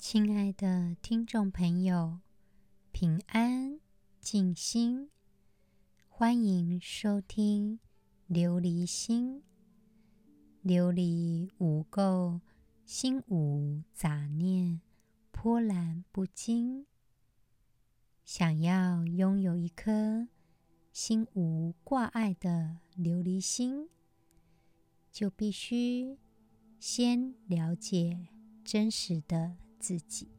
亲爱的听众朋友，平安静心，欢迎收听琉璃心。琉璃无垢，心无杂念，波澜不惊。想要拥有一颗心无挂碍的琉璃心，就必须先了解真实的自己。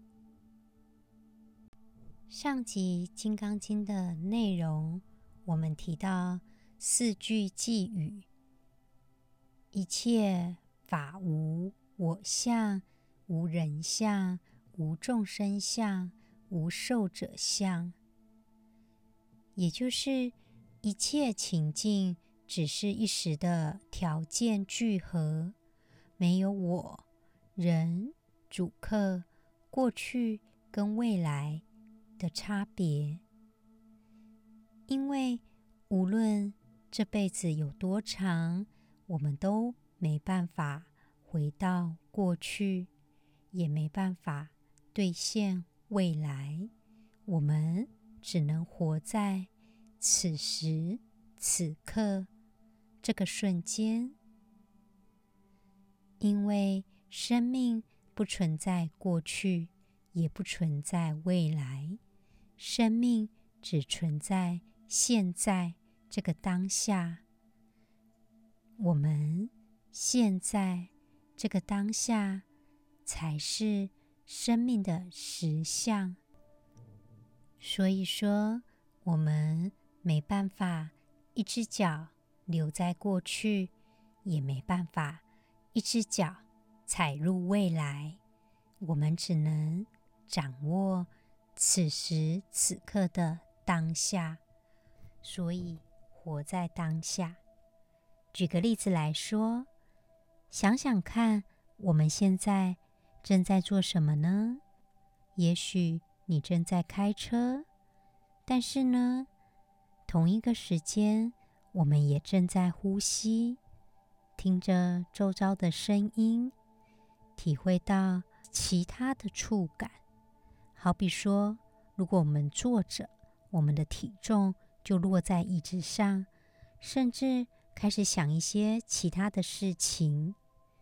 上集《金刚经》的内容，我们提到四句偈语：一切法无我相，无人相，无众生相，无寿者相。也就是一切情境只是一时的条件聚合，没有我、人、主客、过去跟未来的差别。因为无论这辈子有多长，我们都没办法回到过去，也没办法兑现未来，我们只能活在此时此刻这个瞬间。因为生命不存在过去，也不存在未来，生命只存在现在这个当下。我们现在这个当下才是生命的实相。所以说，我们没办法一只脚留在过去，也没办法一只脚踩入未来，我们只能掌握此时此刻的当下，所以活在当下。举个例子来说，想想看，我们现在正在做什么呢？也许你正在开车，但是呢，同一个时间，我们也正在呼吸，听着周遭的声音，体会到其他的触感。好比说，如果我们坐着，我们的体重就落在椅子上，甚至开始想一些其他的事情。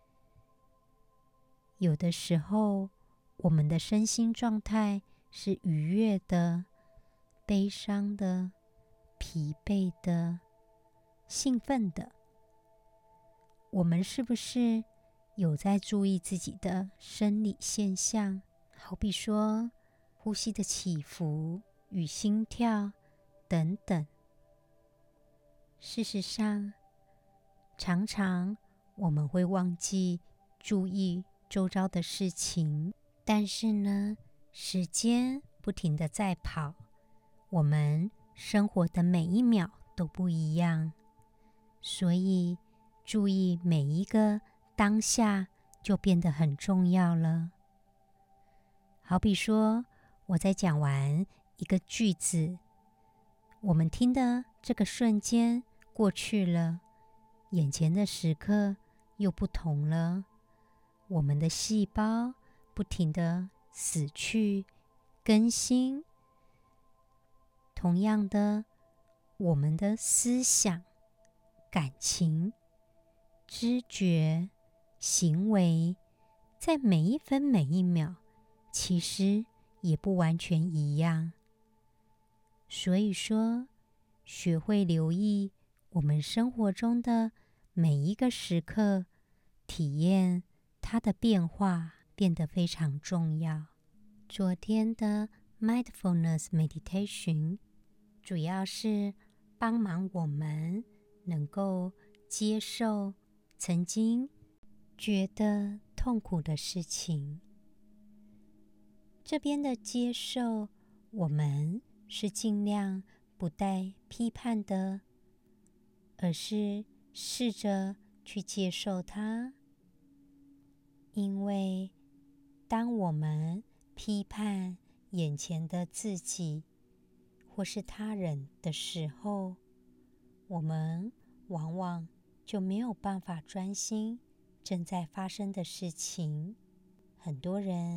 有的时候，我们的身心状态是愉悦的、悲伤的、疲惫的、兴奋的。我们是不是有在注意自己的生理现象？好比说，呼吸的起伏与心跳等等。事实上，常常我们会忘记注意周遭的事情，但是呢，时间不停地在跑，我们生活的每一秒都不一样，所以注意每一个当下就变得很重要了。好比说，我在讲完一个句子，我们听的这个瞬间过去了，眼前的时刻又不同了。我们的细胞不停地死去、更新。同样的，我们的思想、感情、知觉、行为，在每一分每一秒，其实也不完全一样。所以说，学会留意我们生活中的每一个时刻，体验它的变化，变得非常重要。昨天的 Mindfulness Meditation 主要是帮忙我们能够接受曾经觉得痛苦的事情。这边的接受，我们是尽量不带批判的，而是试着去接受它。因为当我们批判眼前的自己或是他人的时候，我们往往就没有办法专心正在发生的事情。很多人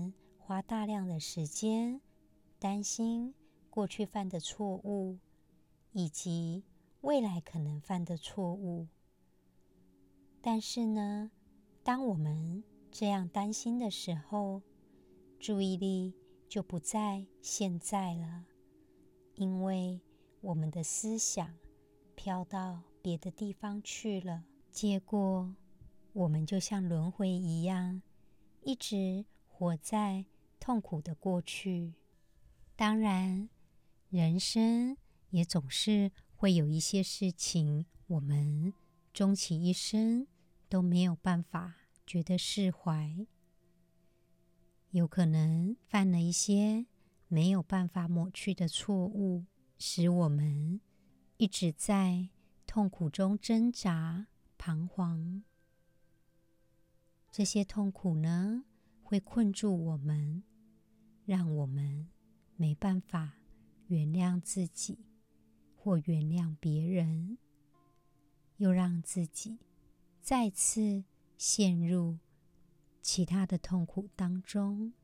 花大量的时间担心过去犯的错误，以及未来可能犯的错误。但是呢，当我们这样担心的时候，注意力就不在现在了，因为我们的思想飘到别的地方去了，结果我们就像轮回一样，一直活在痛苦的过去。当然，人生也总是会有一些事情，我们终其一生都没有办法觉得释怀，有可能犯了一些没有办法抹去的错误，使我们一直在痛苦中挣扎、彷徨。这些痛苦呢，会困住我们，让我们没办法原谅自己或原谅别人，又让自己再次陷入其他的痛苦当中。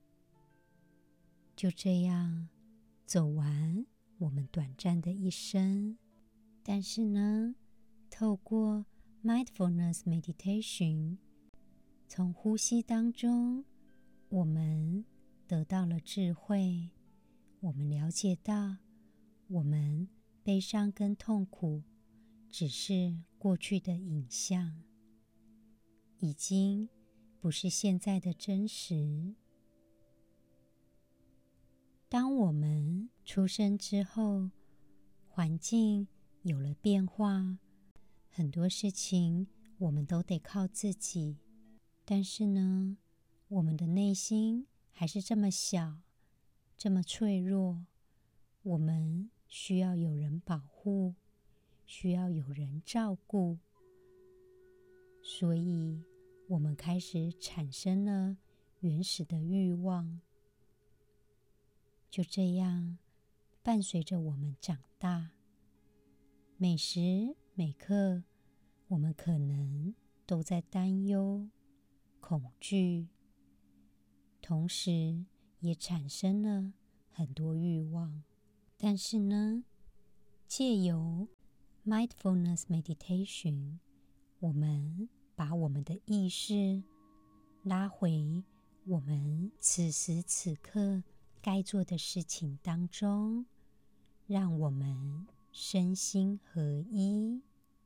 就这样走完我们短暂的一生。但是呢，透过 Mindfulness Meditation， 从呼吸当中，我们得到了智慧，我们了解到我们悲伤跟痛苦只是过去的影像，已经不是现在的真实。当我们出生之后，环境有了变化，很多事情我们都得靠自己。但是呢，我们的内心还是这么小，这么脆弱，我们需要有人保护，需要有人照顾。所以，我们开始产生了原始的欲望。就这样，伴随着我们长大，每时每刻，我们可能都在担忧、恐惧，同时也产生了很多欲望。但是呢，借由 Mindfulness Meditation， 我们把我们的意识拉回我们此时此刻该做的事情当中，让我们身心合一。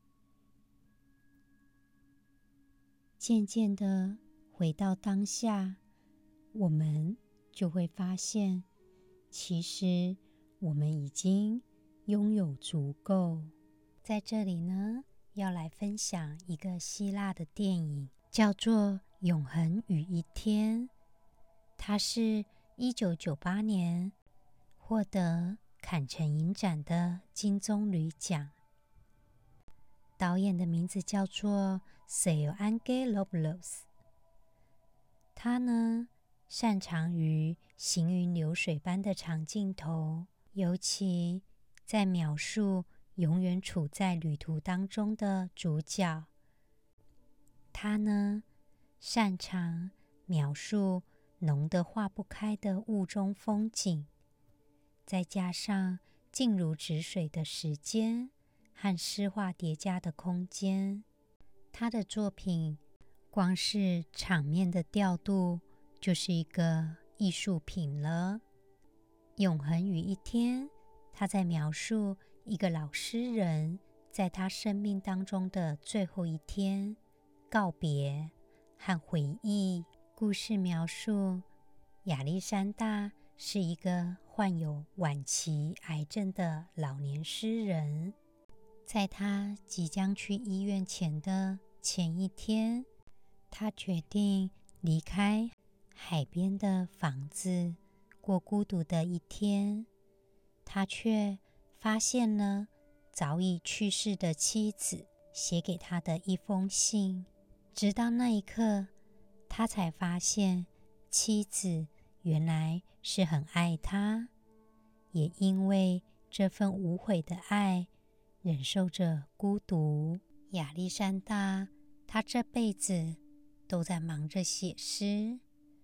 渐渐的回到当下，我们就会发现，其实我们已经拥有足够。在这里呢，要来分享一个希腊的电影，叫做《永恒与一天》。它是1998年获得坎城影展的金棕榈奖。导演的名字叫做 Sergio Angelopoulos。他呢，擅长于行云流水般的长镜头，尤其在描述永远处在旅途当中的主角。他呢，擅长描述浓得化不开的雾中风景，再加上静如止水的时间和诗画叠加的空间。他的作品光是场面的调度就是一个艺术品了。永恒与一天，他在描述一个老诗人在他生命当中的最后一天告别和回忆。故事描述亚历山大是一个患有晚期癌症的老年诗人，在他即将去医院前的前一天，他决定离开海边的房子，过孤独的一天。他却发现了早已去世的妻子写给他的一封信。直到那一刻，他才发现妻子原来是很爱他，也因为这份无悔的爱，忍受着孤独。亚历山大，他这辈子都在忙着写诗，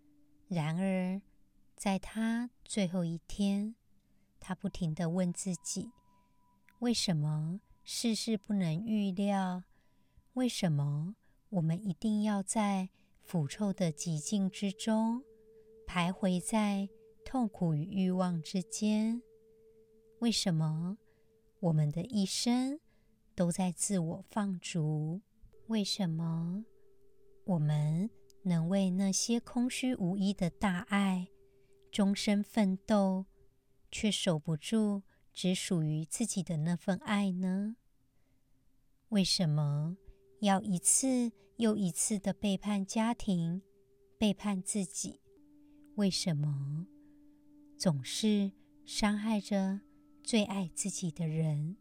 然而，在他最后一天，他不停地问自己：为什么世事不能预料？为什么我们一定要在腐臭的寂静之中，徘徊在痛苦与欲望之间？为什么我们的一生都在自我放逐？为什么我们能为那些空虚无依的大爱终身奋斗，却守不住只属于自己的那份爱呢？为什么要一次又一次的背叛家庭，背叛自己？为什么总是伤害着最爱自己的人？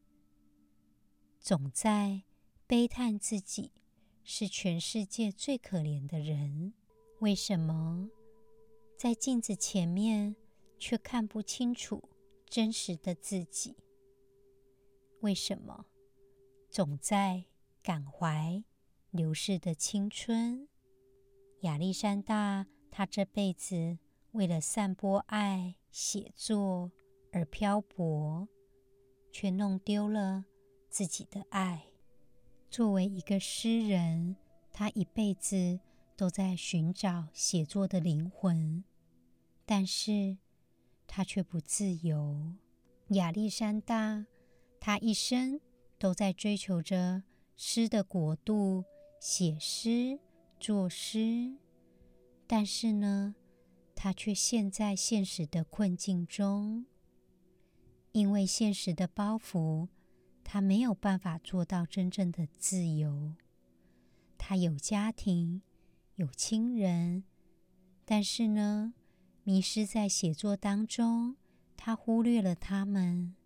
总在悲叹自己是全世界最可怜的人？为什么在镜子前面却看不清楚真实的自己？为什么总在感怀流逝的青春？亚历山大，他这辈子为了散播爱、写作而漂泊，却弄丢了自己的爱。作为一个诗人，他一辈子都在寻找写作的灵魂，但是他却不自由。亚历山大，他一生都在追求着诗的国度，写诗、作诗，但是呢，他却陷在现实的困境中。因为现实的包袱，他没有办法做到真正的自由。他有家庭，有亲人，但是呢，迷失在写作当中，他忽略了他们。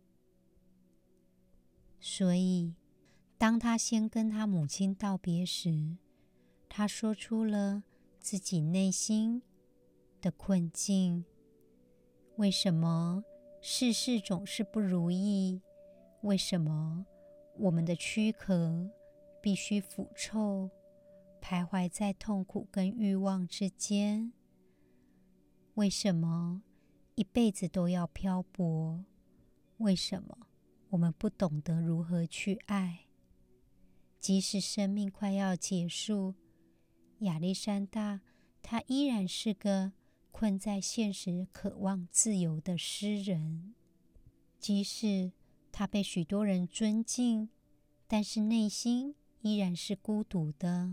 所以，当他先跟他母亲道别时，他说出了自己内心的困境。为什么世事总是不如意？为什么我们的躯壳必须腐臭，徘徊在痛苦跟欲望之间？为什么一辈子都要漂泊？为什么我们不懂得如何去爱？即使生命快要结束，亚历山大他依然是个困在现实渴望自由的诗人。即使他被许多人尊敬，但是内心依然是孤独的。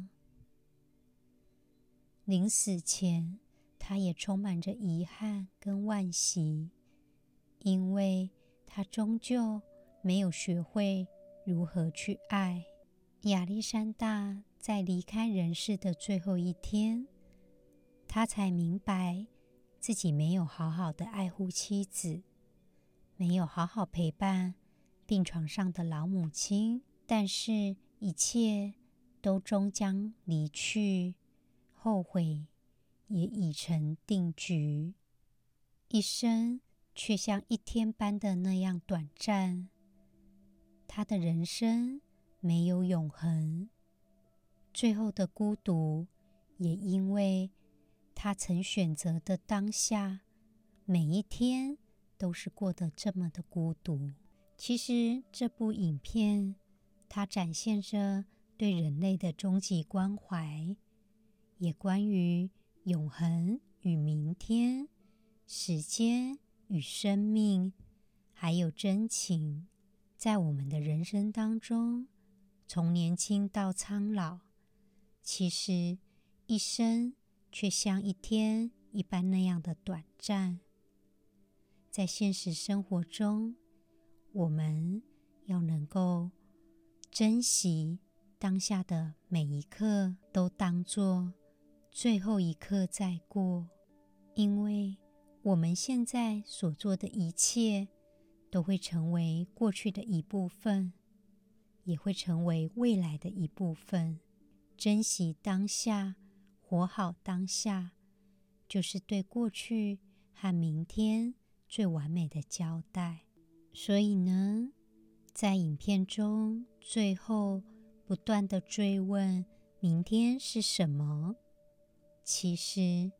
临死前，他也充满着遗憾跟惋惜，因为他终究没有学会如何去爱。亚历山大在离开人世的最后一天，他才明白自己没有好好的爱护妻子，没有好好陪伴病床上的老母亲，但是一切都终将离去，后悔也已成定局。一生却像一天般的那样短暂，他的人生没有永恒，最后的孤独也因为他曾选择的当下，每一天都是过得这么的孤独。其实这部影片它展现着对人类的终极关怀，也关于永恒与明天、时间与生命，还有真情。在我们的人生当中，从年轻到苍老，其实一生却像一天一般那样的短暂。在现实生活中，我们要能够珍惜当下的每一刻，都当作最后一刻在过，因为我们现在所做的一切都会成为过去的一部分，也会成为未来的一部分。珍惜当下，活好当下，就是对过去和明天最完美的交代。所以呢，在影片中最后不断的追问明天是什么，其实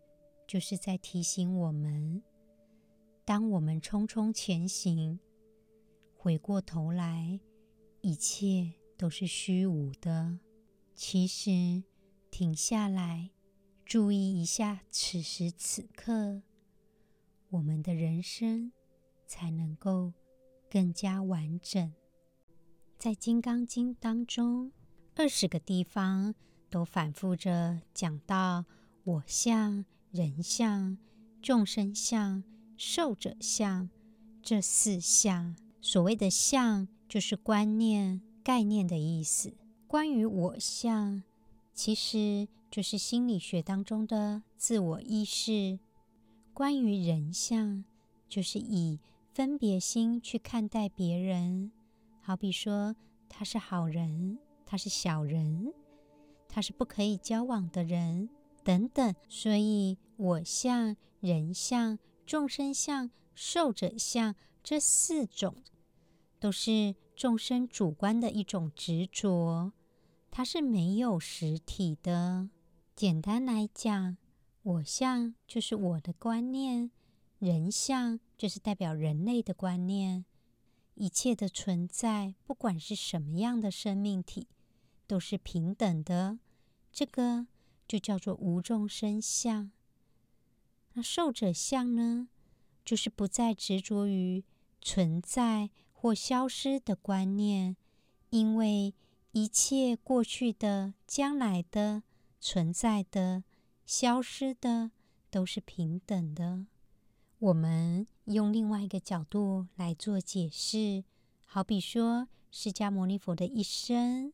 就是在提醒我们，当我们匆匆前行，回过头来，一切都是虚无的。其实，停下来，注意一下此时此刻，我们的人生才能够更加完整。在《金刚经》当中，20个地方都反复着讲到我相、人相、众生相、寿者相这4相。所谓的相，就是观念、概念的意思。关于我相，其实就是心理学当中的自我意识。关于人相，就是以分别心去看待别人，好比说他是好人，他是小人，他是不可以交往的人等等。所以我相、人相、众生相、寿者相这4种都是众生主观的一种执着，它是没有实体的。简单来讲，我相就是我的观念，人相就是代表人类的观念。一切的存在，不管是什么样的生命体，都是平等的，这个就叫做无众生相。那寿者相呢，就是不再执着于存在或消失的观念，因为一切过去的、将来的、存在的、消失的都是平等的。我们用另外一个角度来做解释，好比说释迦牟尼佛的一生，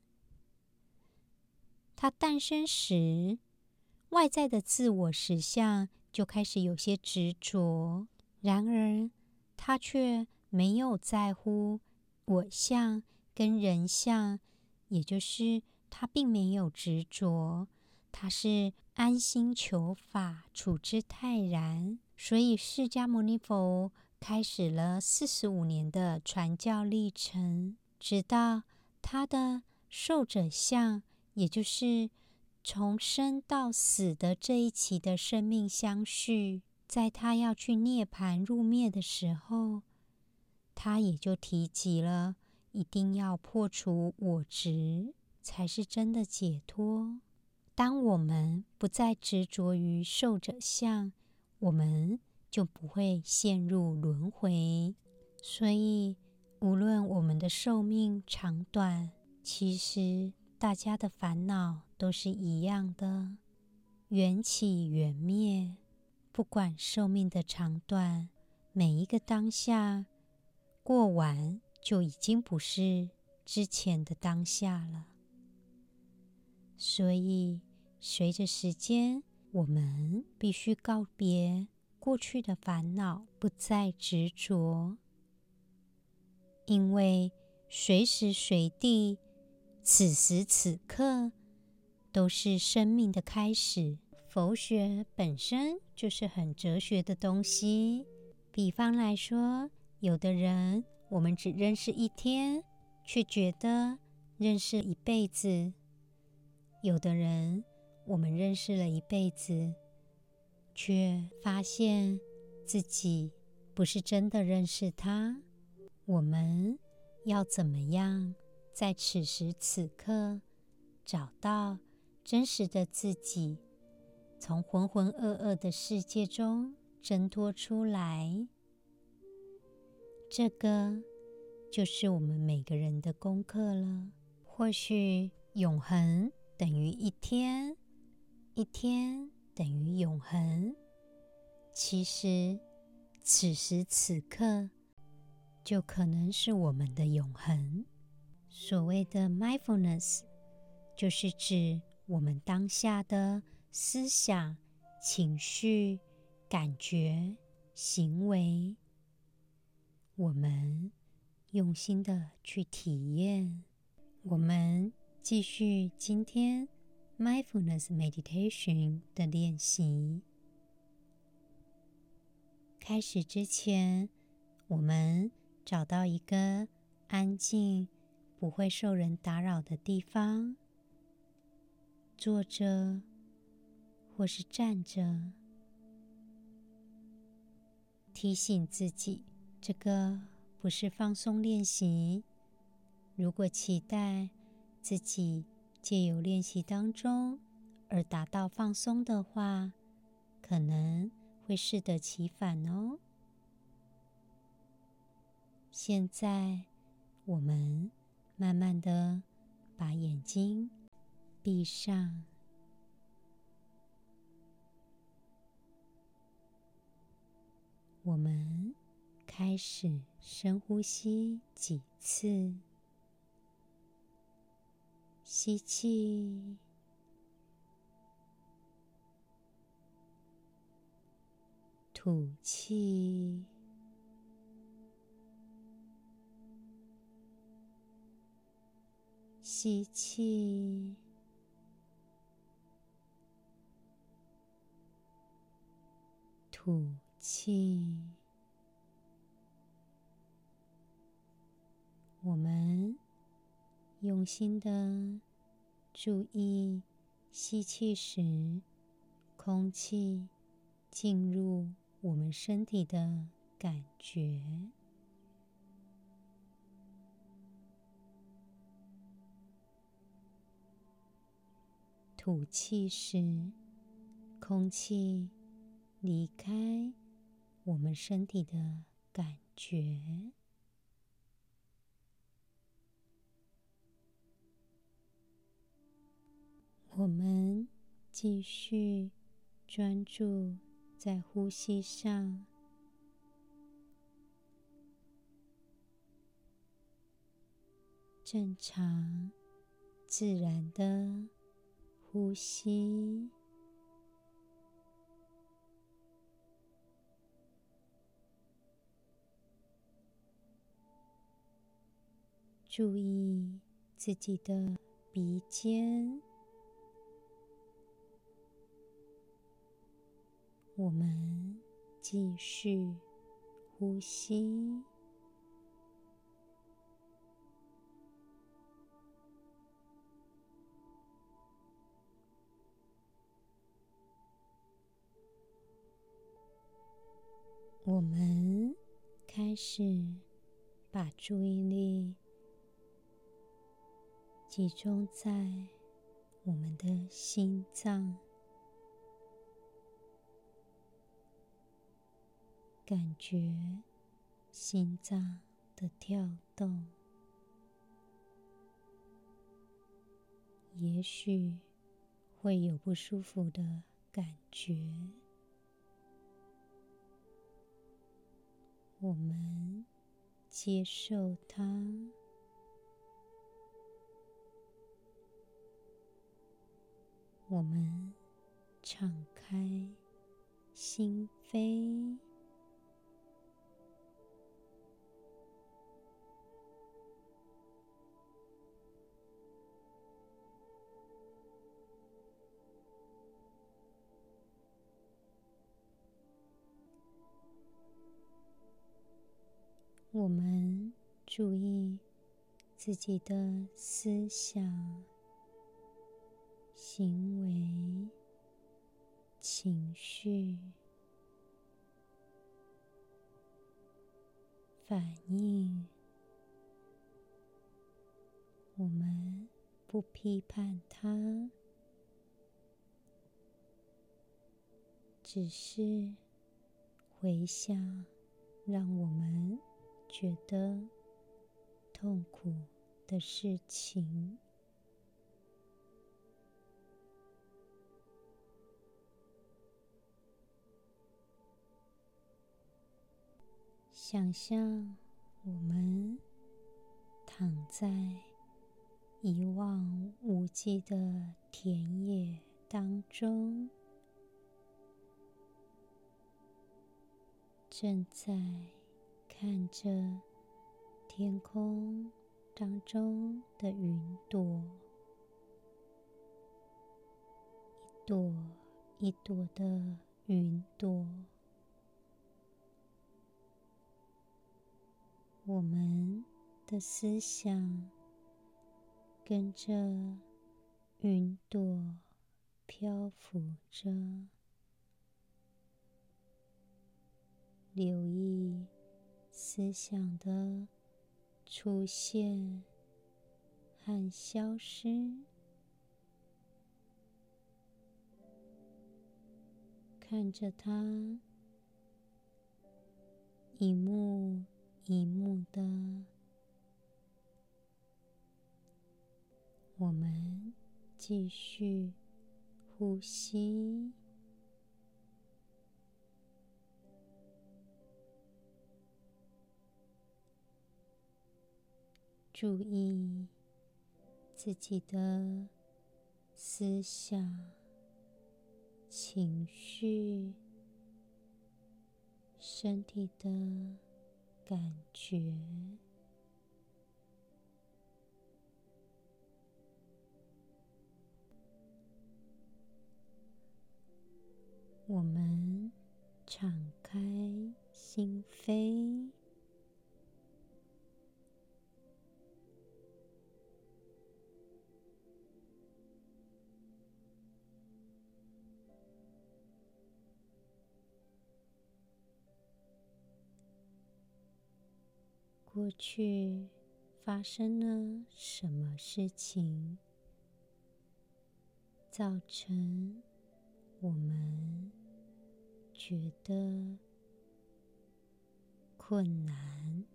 他诞生时，外在的自我实相就开始有些执着，然而他却没有在乎我相跟人相，也就是他并没有执着，他是安心求法，处之泰然。所以释迦牟尼佛开始了45年的传教历程，直到他的寿者相，也就是从生到死的这一期的生命相续，在他要去涅槃入灭的时候，他也就提及了一定要破除我执，才是真的解脱。当我们不再执着于寿者相，我们就不会陷入轮回。所以无论我们的寿命长短，其实大家的烦恼都是一样的，缘起缘灭。不管寿命的长短，每一个当下过完，就已经不是之前的当下了。所以随着时间，我们必须告别过去的烦恼，不再执着。因为随时随地，此时此刻，都是生命的开始。佛学本身就是很哲学的东西。比方来说，有的人我们只认识1天，却觉得认识一辈子；有的人我们认识了一辈子，却发现自己不是真的认识他。我们要怎么样在此时此刻找到真实的自己，从浑浑噩噩的世界中挣脱出来？这个就是我们每个人的功课了。或许永恒等于1天，1天等于永恒，其实此时此刻就可能是我们的永恒。所谓的 mindfulness， 就是指我们当下的思想、情绪、感觉、行为，我们用心的去体验。我们继续今天 mindfulness meditation 的练习。开始之前，我们找到一个安静、不会受人打扰的地方，坐着或是站着， 提醒自己，这个不是放松练习。如果期待自己借由练习当中而达到放松的话，可能会适得其反哦。现在我们慢慢的把眼睛闭上，我们开始深呼吸几次，吸气，吐气，吸气，吐气。我们用心的注意吸气时，空气进入我们身体的感觉。吐气时，空气离开我们身体的感觉。我们继续专注在呼吸上，正常自然的呼吸。注意自己的鼻尖。我们继续呼吸。我们开始把注意力集中在我们的心脏，感觉心脏的跳动，也许会有不舒服的感觉。我们接受它，我们敞开心扉，我们注意自己的思想、行为、情绪、反应。我们不批判它，只是回想让我们觉得痛苦的事情。想象我们躺在一望无际的田野当中，正在看着天空当中的云朵，一朵一朵的云朵。我们的思想跟着云朵漂浮着， 留意思想的出现和消失，看着它一幕一幕的，我们继续呼吸，注意自己的思想、情绪、身体的感觉。我们敞开心扉，过去发生了什么事情，造成我们觉得困难？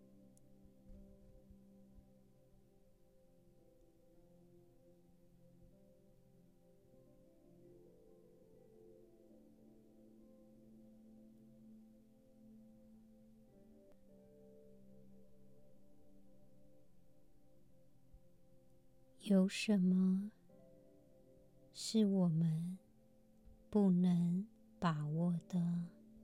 有什么是我们不能把握的？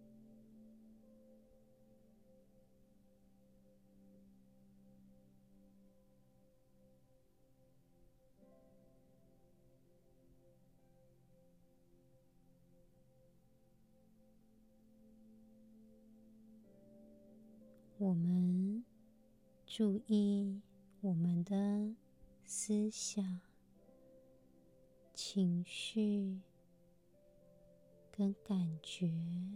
我们注意我们的思想、情绪跟感觉，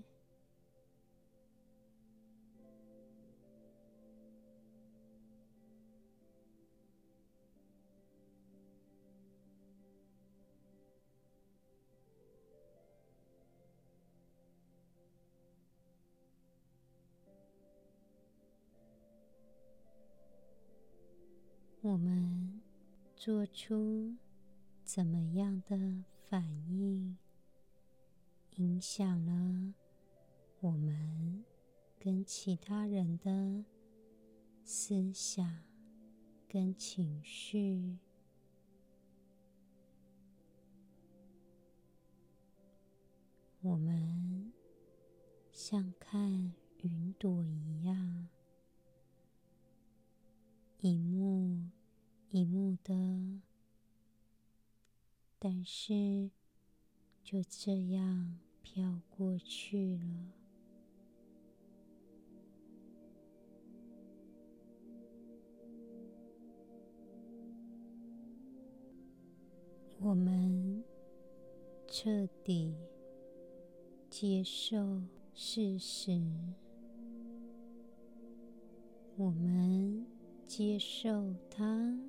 我们做出怎么样的反应，影响了我们跟其他人的思想跟情绪。我们像看云朵一样，一幕一幕的，但是就这样飘过去了。我们彻底接受事实，我们接受它，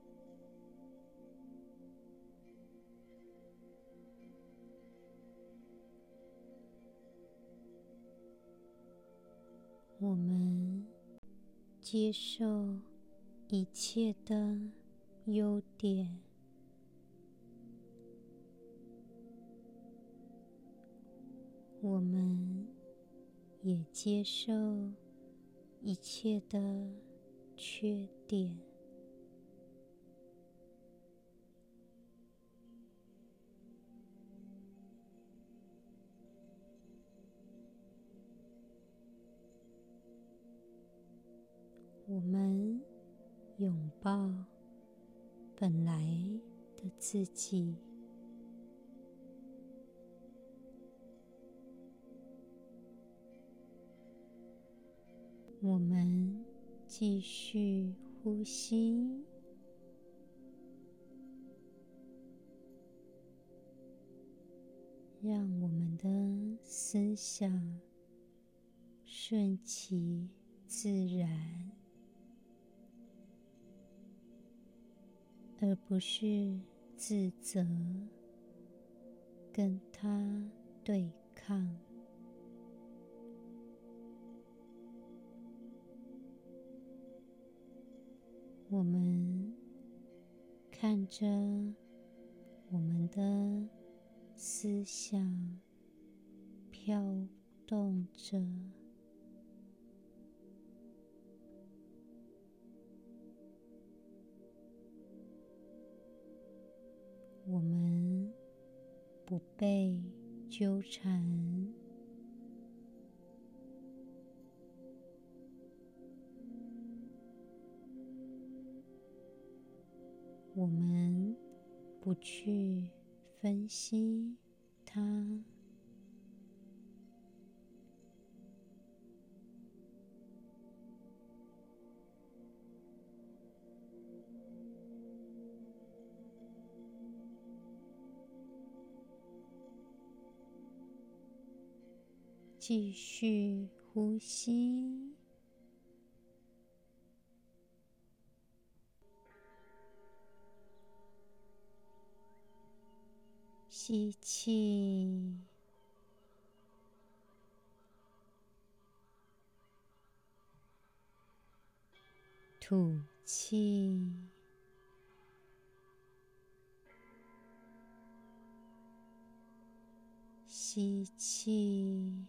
我们接受一切的优点，我们也接受一切的缺点。我们拥抱本来的自己，我们继续呼吸，让我们的思想、 顺其自然，而不是自责，跟它对抗。我们看着我们的思想飘动着，我们不被纠缠，我们不去分析它，继续呼吸，吸气，吐气，吸气，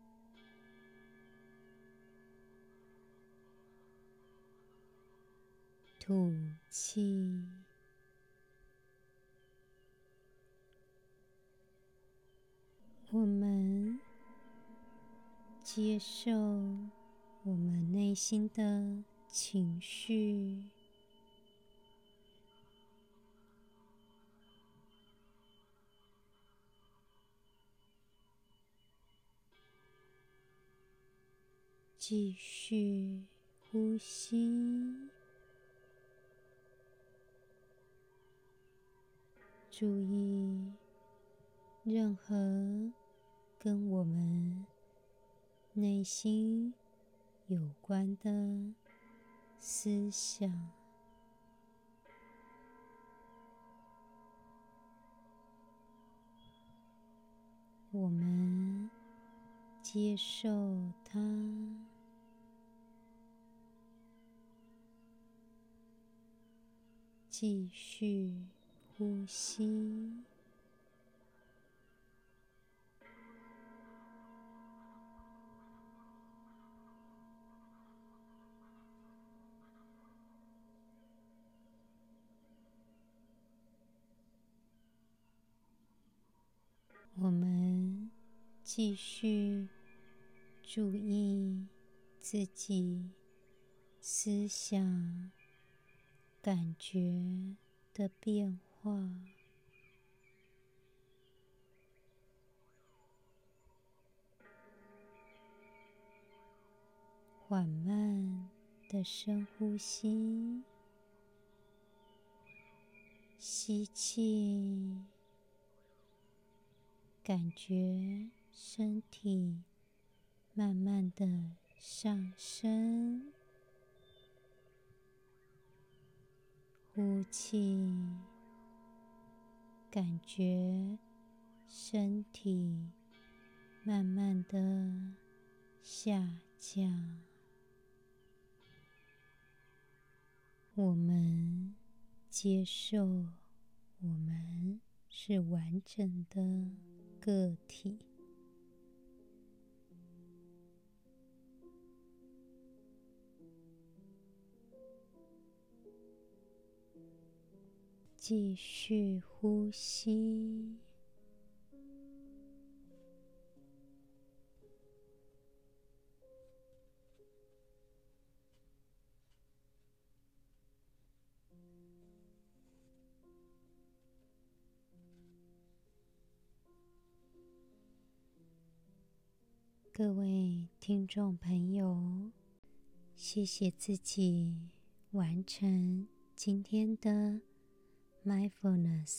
吐气。我们接受我们内心的情绪，继续呼吸，注意任何跟我们内心有关的思想，我们接受它，继续呼吸。我们继续注意自己思想、感觉的变化，缓慢的深呼吸，吸气，感觉身体慢慢的上升，呼气，感觉身体慢慢的下降。我们接受我们是完整的个体，继续呼吸。各位听众朋友，谢谢自己完成今天的 Mindfulness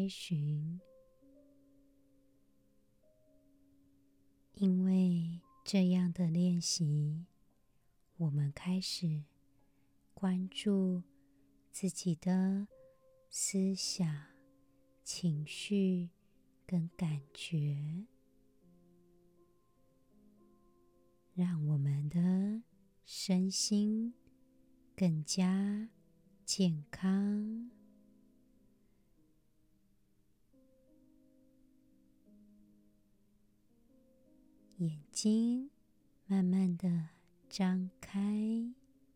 Meditation，因为这样的练习，我们开始关注自己的思想、情绪跟感觉，让我们的身心更加健康。眼睛慢慢的张开。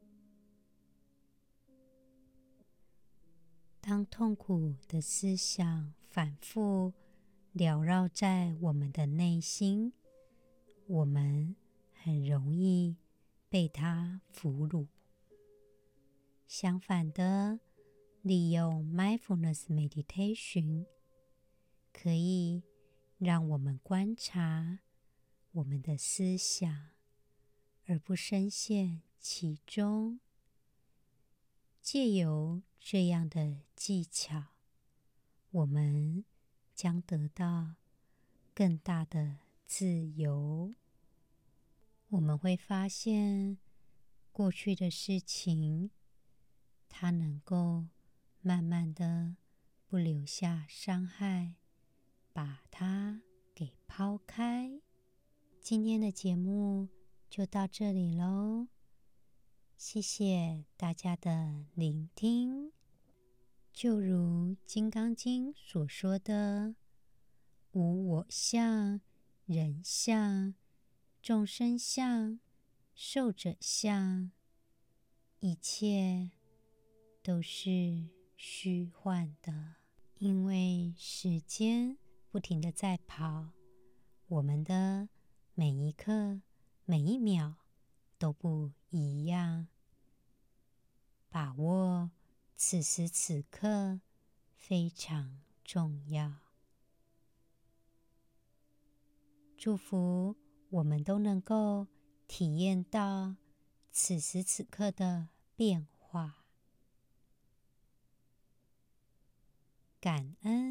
当痛苦的思想反复缭绕在我们的内心，我们很容易被它俘虏。相反的，利用 Mindfulness Meditation 可以让我们观察我们的思想，而不深陷其中。借由这样的技巧，我们将得到更大的自由。我们会发现，过去的事情，它能够慢慢的不留下伤害，把它给抛开。今天的节目就到这里咯，谢谢大家的聆听。就如《金刚经》所说的，无我相、人相、众生相、寿者相，一切都是虚幻的。因为时间不停地在跑，我们的每一刻、每一秒都不一样。把握此时此刻非常重要。祝福我们都能够体验到此时此刻的变化。感恩。